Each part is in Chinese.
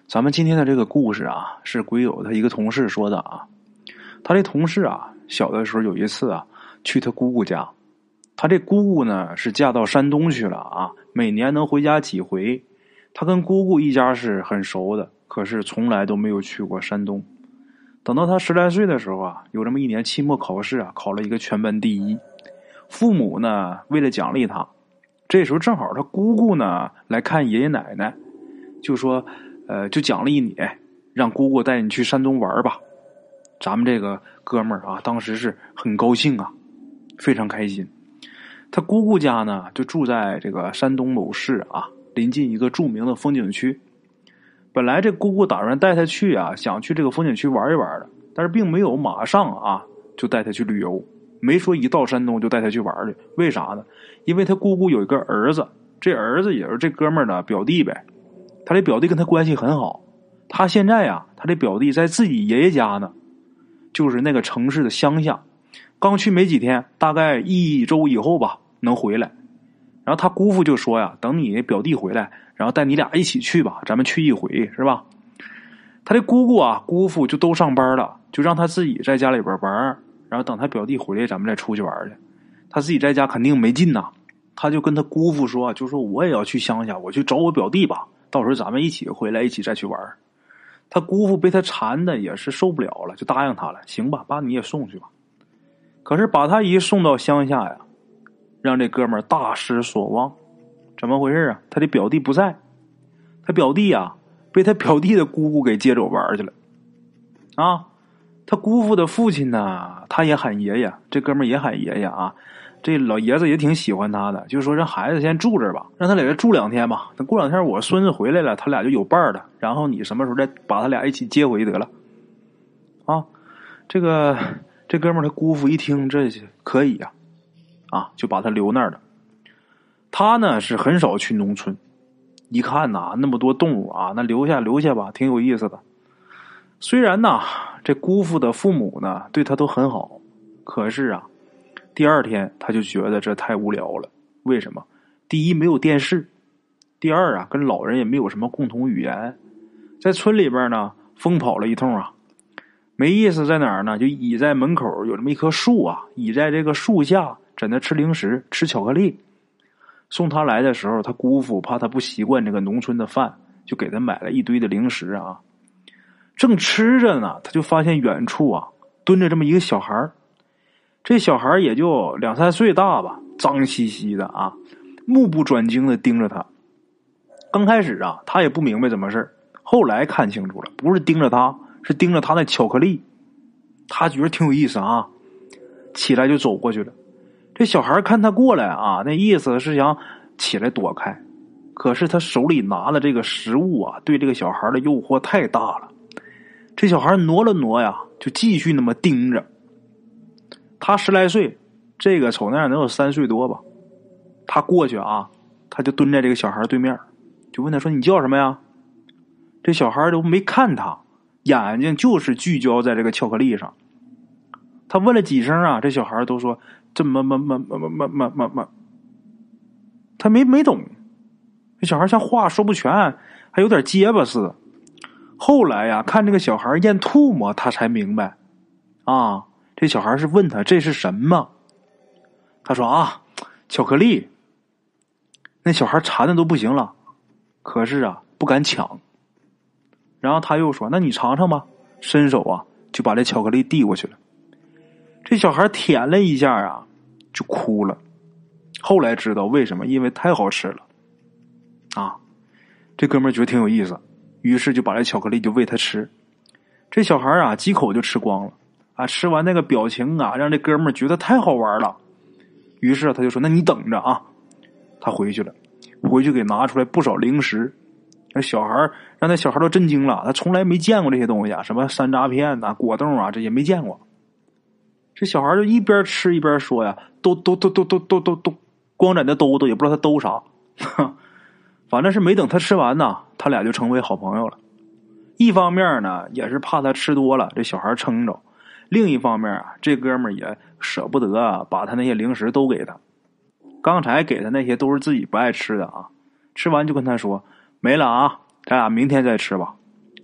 咱们今天的这个故事啊，是鬼友他一个同事说的啊。他这同事啊，小的时候有一次啊，去他姑姑家。他这姑姑呢是嫁到山东去了啊，每年能回家几回。他跟姑姑一家是很熟的，可是从来都没有去过山东。等到他10来岁的时候啊，有这么一年期末考试啊，考了一个全班第一。父母呢为了奖励他，这时候正好他姑姑呢来看爷爷奶奶，就说就奖励你，让姑姑带你去山东玩吧。咱们这个哥们儿啊，当时是很高兴啊，非常开心。他姑姑家呢就住在这个山东某市啊，临近一个著名的风景区。本来这姑姑打算带他去啊，想去这个风景区玩一玩的，但是并没有马上啊就带他去旅游，没说一到山东就带他去玩去。为啥呢？因为他姑姑有一个儿子，这儿子也是这哥们儿的表弟呗。他这表弟跟他关系很好，他现在啊，他这表弟在自己爷爷家呢，就是那个城市的乡下，刚去没几天，大概1周以后吧能回来。然后他姑父就说呀，等你表弟回来，然后带你俩一起去吧，咱们去一回，是吧？他这姑姑啊姑父就都上班了，就让他自己在家里边玩，然后等他表弟回来咱们再出去玩去。他自己在家肯定没劲呐，他就跟他姑父说，就说我也要去乡下，我去找我表弟吧，到时候咱们一起回来，一起再去玩。他姑父被他缠的也是受不了了，就答应他了，行吧，把你也送去吧。可是把他一送到乡下呀，让这哥们儿大失所望。怎么回事啊？他的表弟不在，他表弟啊被他表弟的姑姑给接走玩去了啊。他姑父的父亲呢，他也喊爷爷，这哥们儿也喊爷爷啊。这老爷子也挺喜欢他的，就说让孩子先住这儿吧，让他在这住2天吧，等过2天我孙子回来了，他俩就有伴儿了，然后你什么时候再把他俩一起接回得了啊。这哥们儿他姑父一听这可以呀，啊，就把他留那儿了。他呢是很少去农村，一看呐那么多动物啊，那留下吧，挺有意思的。虽然呐这姑父的父母呢对他都很好，可是啊第2天他就觉得这太无聊了。为什么？第一没有电视，第二啊跟老人也没有什么共同语言，在村里边呢疯跑了一通啊，没意思在哪儿呢？就倚在门口有这么一棵树啊，倚在这个树下在那吃零食，吃巧克力。送他来的时候，他姑父怕他不习惯这个农村的饭，就给他买了一堆的零食啊。正吃着呢，他就发现远处啊蹲着这么一个小孩。这小孩也就2、3岁大吧，脏兮兮的啊，目不转睛的盯着他。刚开始啊他也不明白怎么事，后来看清楚了，不是盯着他，是盯着他那巧克力。他觉得挺有意思啊，起来就走过去了。这小孩看他过来啊，那意思是想起来躲开，可是他手里拿的这个食物啊，对这个小孩的诱惑太大了。这小孩挪了挪呀，就继续那么盯着。他10来岁，这个瞅那样能有3岁多吧。他过去啊，他就蹲在这个小孩对面，就问他说，你叫什么呀？这小孩都没看他，眼睛就是聚焦在这个巧克力上。他问了几声啊，这小孩都说这么，他没懂。这小孩像话说不全，还有点结巴似的。后来呀，看这个小孩咽吐沫，他才明白啊，这小孩是问他这是什么。他说啊，巧克力。那小孩馋的都不行了，可是啊不敢抢。然后他又说，那你尝尝吧，伸手啊就把这巧克力递过去了。这小孩舔了一下啊就哭了。后来知道为什么，因为太好吃了啊。这哥们儿觉得挺有意思，于是就把这巧克力就喂他吃。这小孩啊几口就吃光了啊，吃完那个表情啊让这哥们儿觉得太好玩了。于是他就说，那你等着啊。他回去了，回去给拿出来不少零食。那小孩让那小孩都震惊了，他从来没见过这些东西啊，什么山楂片啊、果冻啊，这些没见过。这小孩就一边吃一边说呀，都，光在那兜也不知道他兜啥。反正是没等他吃完呢，他俩就成为好朋友了。一方面呢也是怕他吃多了这小孩撑着，另一方面啊这哥们儿也舍不得啊把他那些零食都给他。刚才给他那些都是自己不爱吃的啊，吃完就跟他说没了啊，咱俩明天再吃吧。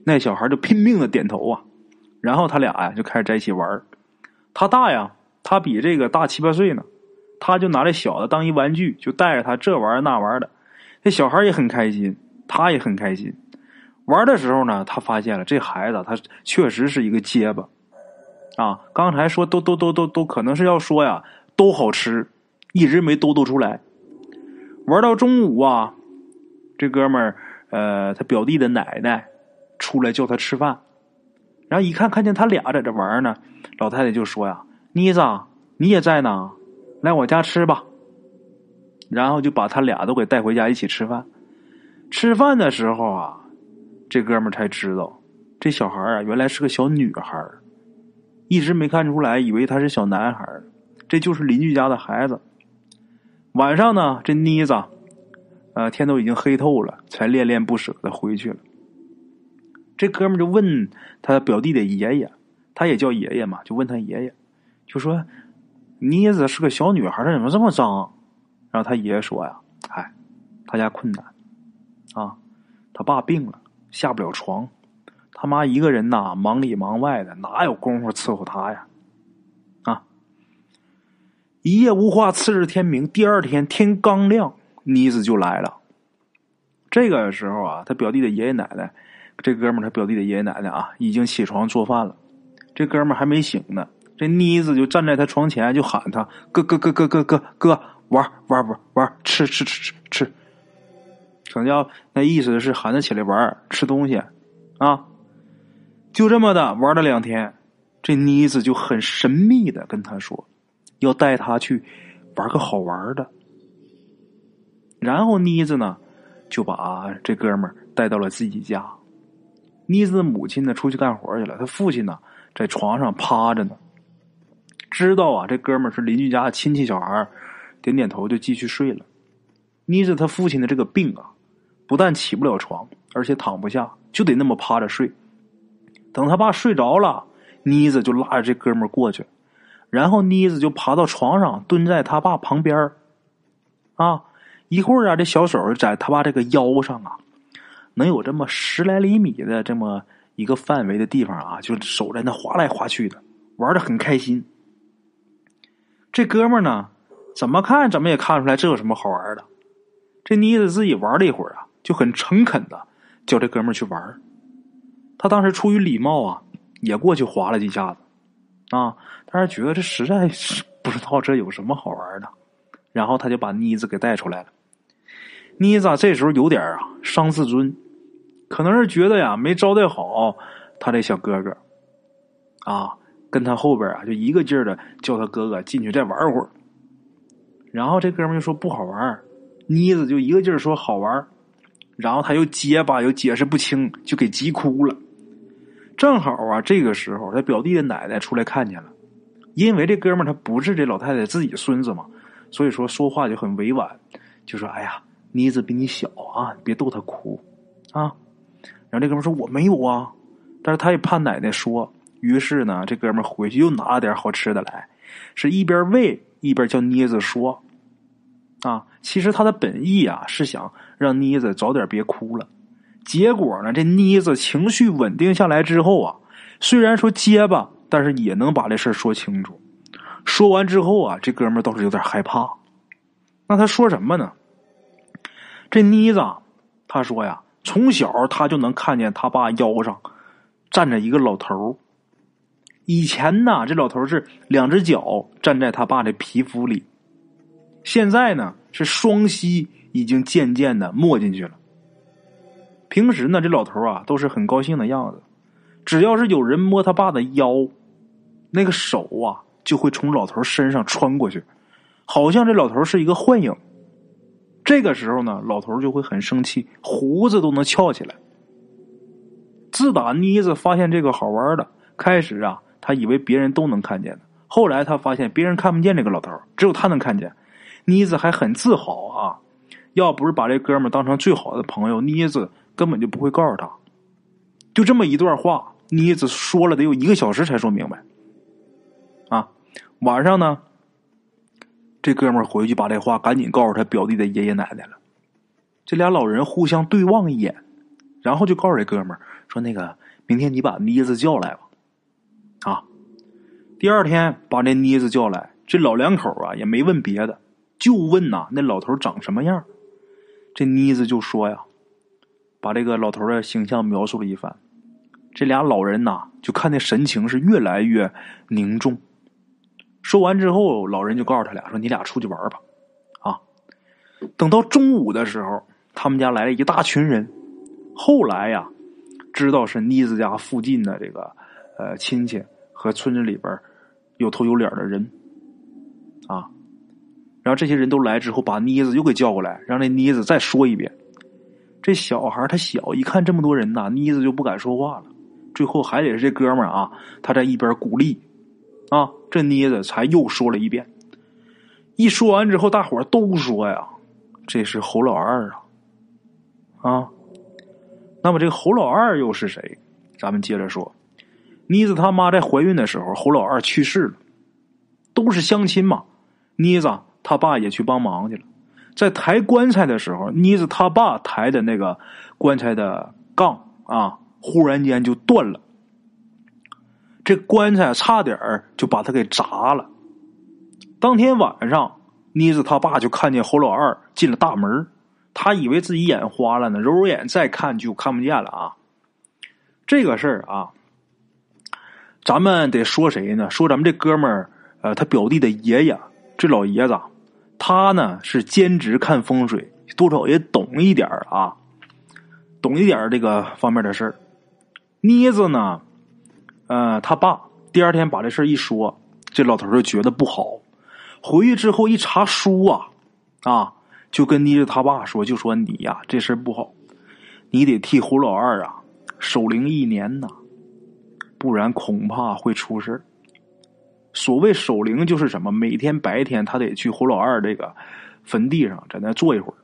那小孩就拼命的点头啊，然后他俩呀就开始在一起玩。他大呀，他比这个大7、8岁呢，他就拿这小的当一玩具，就带着他这玩那玩的。这小孩也很开心，他也很开心。玩的时候呢，他发现了这孩子他确实是一个结巴啊。刚才说都可能是要说呀，都好吃，一直没兜出来。玩到中午啊，这哥们儿他表弟的奶奶出来叫他吃饭，然后一看见他俩在这玩呢，老太太就说呀：“妮子，你也在呢，来我家吃吧。”然后就把他俩都给带回家一起吃饭。吃饭的时候啊，这哥们儿才知道，这小孩啊原来是个小女孩，一直没看出来，以为他是小男孩，这就是邻居家的孩子。晚上呢，这妮子天都已经黑透了，才恋恋不舍的回去了。这哥们就问他表弟的爷爷，他也叫爷爷嘛，就问他爷爷，就说妮子是个小女孩，她怎么这么脏？然后他爷爷说呀，他家困难啊，他爸病了，下不了床，他妈一个人呐，忙里忙外的，哪有功夫伺候他呀？啊！一夜无话，次日天明，第二天天刚亮，妮子就来了。这个时候啊，他表弟的爷爷奶奶，这哥们儿他表弟的爷爷奶奶啊，已经起床做饭了。这哥们儿还没醒呢，这妮子就站在他床前，就喊他哥，玩，吃，可能叫那意思是喊他起来玩，吃东西啊。就这么的玩了2天，这妮子就很神秘的跟他说，要带他去玩个好玩的。然后妮子呢，就把这哥们儿带到了自己家。妮子的母亲呢出去干活去了，他父亲呢在床上趴着呢。知道啊，这哥们儿是邻居家的亲戚小孩，点点头就继续睡了。妮子他父亲的这个病啊，不但起不了床，而且躺不下，就得那么趴着睡。等他爸睡着了，妮子就拉着这哥们儿过去，然后妮子就爬到床上，蹲在他爸旁边啊。一会儿啊，这小手在他爸这个腰上啊，能有这么10来厘米的这么一个范围的地方啊，就手在那划来划去的，玩得很开心。这哥们儿呢，怎么看怎么也看出来这有什么好玩的。这妮子自己玩了一会儿啊，就很诚恳的叫这哥们儿去玩。他当时出于礼貌啊，也过去划了几下子啊，但是觉得这实在是不知道这有什么好玩的。然后他就把妮子给带出来了。妮子这时候有点伤自尊，可能是觉得呀没招待好他这小哥哥啊，跟他后边啊就一个劲儿的叫他哥哥进去再玩会儿。然后这哥们就说不好玩，妮子就一个劲儿说好玩，然后他又结巴又解释不清，就给急哭了。正好啊，这个时候他表弟的奶奶出来看见了，因为这哥们他不是这老太太自己孙子嘛，所以说话就很委婉，就说哎呀，妮子比你小啊，别逗她哭啊。然后这哥们说我没有啊，但是他也怕奶奶说，于是呢这哥们回去又拿了点好吃的来，是一边喂一边叫妮子说啊。其实他的本意啊是想让妮子早点别哭了。结果呢，这妮子情绪稳定下来之后啊，虽然说结巴，但是也能把这事说清楚。说完之后啊，这哥们倒是有点害怕。那他说什么呢？这妮子他说呀，从小他就能看见他爸腰上站着一个老头。以前呢，这老头是2只脚站在他爸的皮肤里，现在呢是双膝已经渐渐的没进去了。平时呢，这老头啊都是很高兴的样子，只要是有人摸他爸的腰，那个手啊就会从老头身上穿过去，好像这老头是一个幻影。这个时候呢，老头就会很生气，胡子都能翘起来。自打妮子发现这个好玩的，开始啊，他以为别人都能看见的，后来他发现别人看不见这个老头，只有他能看见。妮子还很自豪啊，要不是把这哥们当成最好的朋友，妮子根本就不会告诉他。就这么一段话，妮子说了得有1个小时才说明白啊。晚上呢，这哥们回去把这话赶紧告诉他表弟的爷爷奶奶了。这俩老人互相对望一眼，然后就告诉这哥们说那个明天你把妮子叫来吧。啊，第二天把这妮子叫来，这老两口啊也没问别的，就问呐那老头长什么样。这妮子就说呀，把这个老头的形象描述了一番。这俩老人呐就看那神情是越来越凝重。说完之后，老人就告诉他俩说，你俩出去玩吧。啊，等到中午的时候，他们家来了一大群人。后来呀知道是妮子家附近的这个亲戚和村子里边有头有脸的人啊。然后这些人都来之后，把妮子又给叫过来，让那妮子再说一遍。这小孩他小，一看这么多人呐，妮子就不敢说话了。最后还得是这哥们儿啊，他在一边鼓励啊，这妮子才又说了一遍。一说完之后，大伙儿都说呀，这是侯老二啊。那么这个侯老二又是谁？咱们接着说。妮子他妈在怀孕的时候，侯老二去世了。都是相亲嘛，妮子他爸也去帮忙去了。在抬棺材的时候，妮子他爸抬的那个棺材的杠啊，忽然间就断了，这棺材差点就把他给砸了。当天晚上，妮子他爸就看见侯老二进了大门，他以为自己眼花了呢，揉揉眼再看就看不见了啊。这个事儿啊，咱们得说谁呢？说咱们这哥们儿，他表弟的爷爷，这老爷子，他呢是兼职看风水，多少也懂一点啊，懂一点这个方面的事儿。妮子呢，他爸第二天把这事一说，这老头就觉得不好。回去之后一查书啊，就跟妮子他爸说，就说你呀，这事不好，你得替侯老二啊守灵1年呐，不然恐怕会出事。所谓守灵就是什么？每天白天他得去侯老二这个坟地上，在那坐一会儿。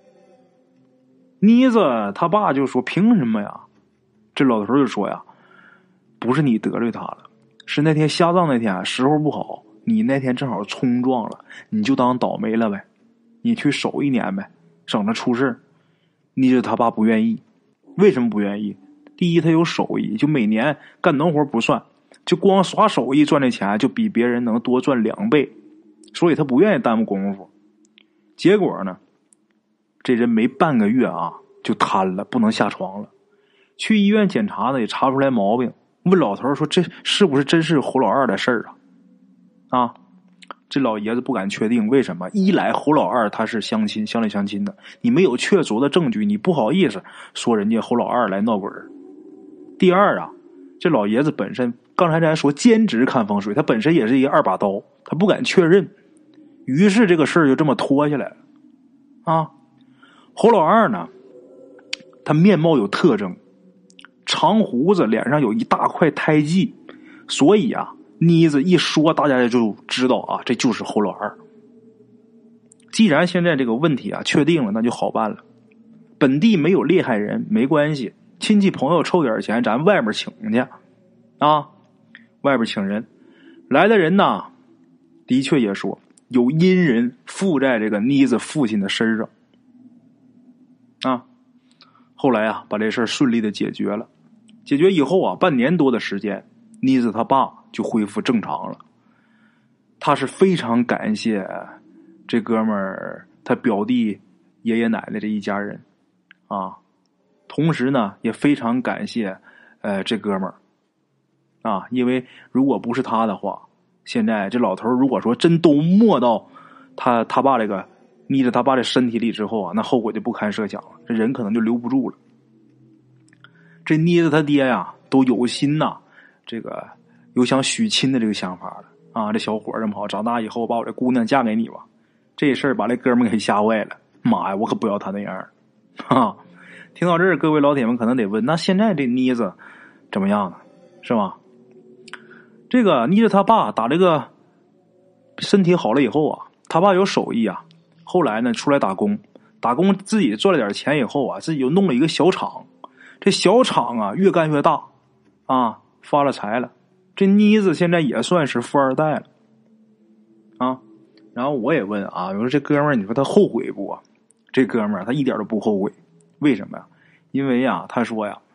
妮子他爸就说：“凭什么呀？”这老头就说呀：“不是你得罪他了，是那天下葬那天时候不好，你那天正好冲撞了，你就当倒霉了呗，你去守1年呗，省着出事。”妮子他爸不愿意，为什么不愿意？第一，他有手艺，就每年干农活不算，就光耍手艺赚的钱就比别人能多赚2倍，所以他不愿意耽误功夫。结果呢，这人没半个月啊就瘫了，不能下床了。去医院检查呢也查不出来毛病，问老头说这是不是真是侯老二的事儿啊？这老爷子不敢确定，为什么？一来侯老二他是乡里相亲的，你没有确凿的证据，你不好意思说人家侯老二来闹鬼。第二啊，这老爷子本身刚才咱说兼职看风水，他本身也是一个2把刀，他不敢确认，于是这个事儿就这么拖下来了啊。侯老二呢，他面貌有特征，长胡子，脸上有一大块胎记，所以啊妮子一说大家就知道啊，这就是侯老二。既然现在这个问题啊确定了，那就好办了。本地没有厉害人没关系，亲戚朋友凑点钱，咱外面请去啊，外边请人来的人呢，的确也说有阴人附在这个妮子父亲的身上啊。后来啊把这事儿顺利的解决了。解决以后啊，半年多的时间，妮子他爸就恢复正常了。他是非常感谢这哥们儿他表弟爷爷奶奶这一家人啊，同时呢也非常感谢这哥们儿啊，因为如果不是他的话，现在这老头如果说真都没到他爸这个妮子他爸的身体里之后啊，那后果就不堪设想了，这人可能就留不住了。这妮子他爹呀都有心呐，这个有想许亲的这个想法了啊！这小伙这么好，长大以后把我这姑娘嫁给你吧。这事儿把这哥们给吓坏了，妈呀，我可不要他那样啊！听到这儿，各位老铁们可能得问，那现在这妮子怎么样呢？是吗？这个妮子他爸打这个身体好了以后啊，他爸有手艺啊，后来呢出来打工自己赚了点钱以后啊，自己又弄了一个小厂。这小厂啊越干越大啊，发了财了。这妮子现在也算是富二代了啊。然后我也问啊，我说这哥们儿你说他后悔不啊？这哥们儿他一点都不后悔。为什么呀？因为呀他说呀，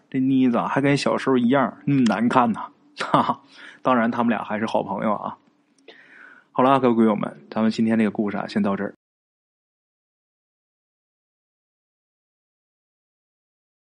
这妮子还跟小时候一样那么难看呢。哈哈，当然他们俩还是好朋友啊。好了，各位鬼友们，咱们今天这个故事啊，先到这儿。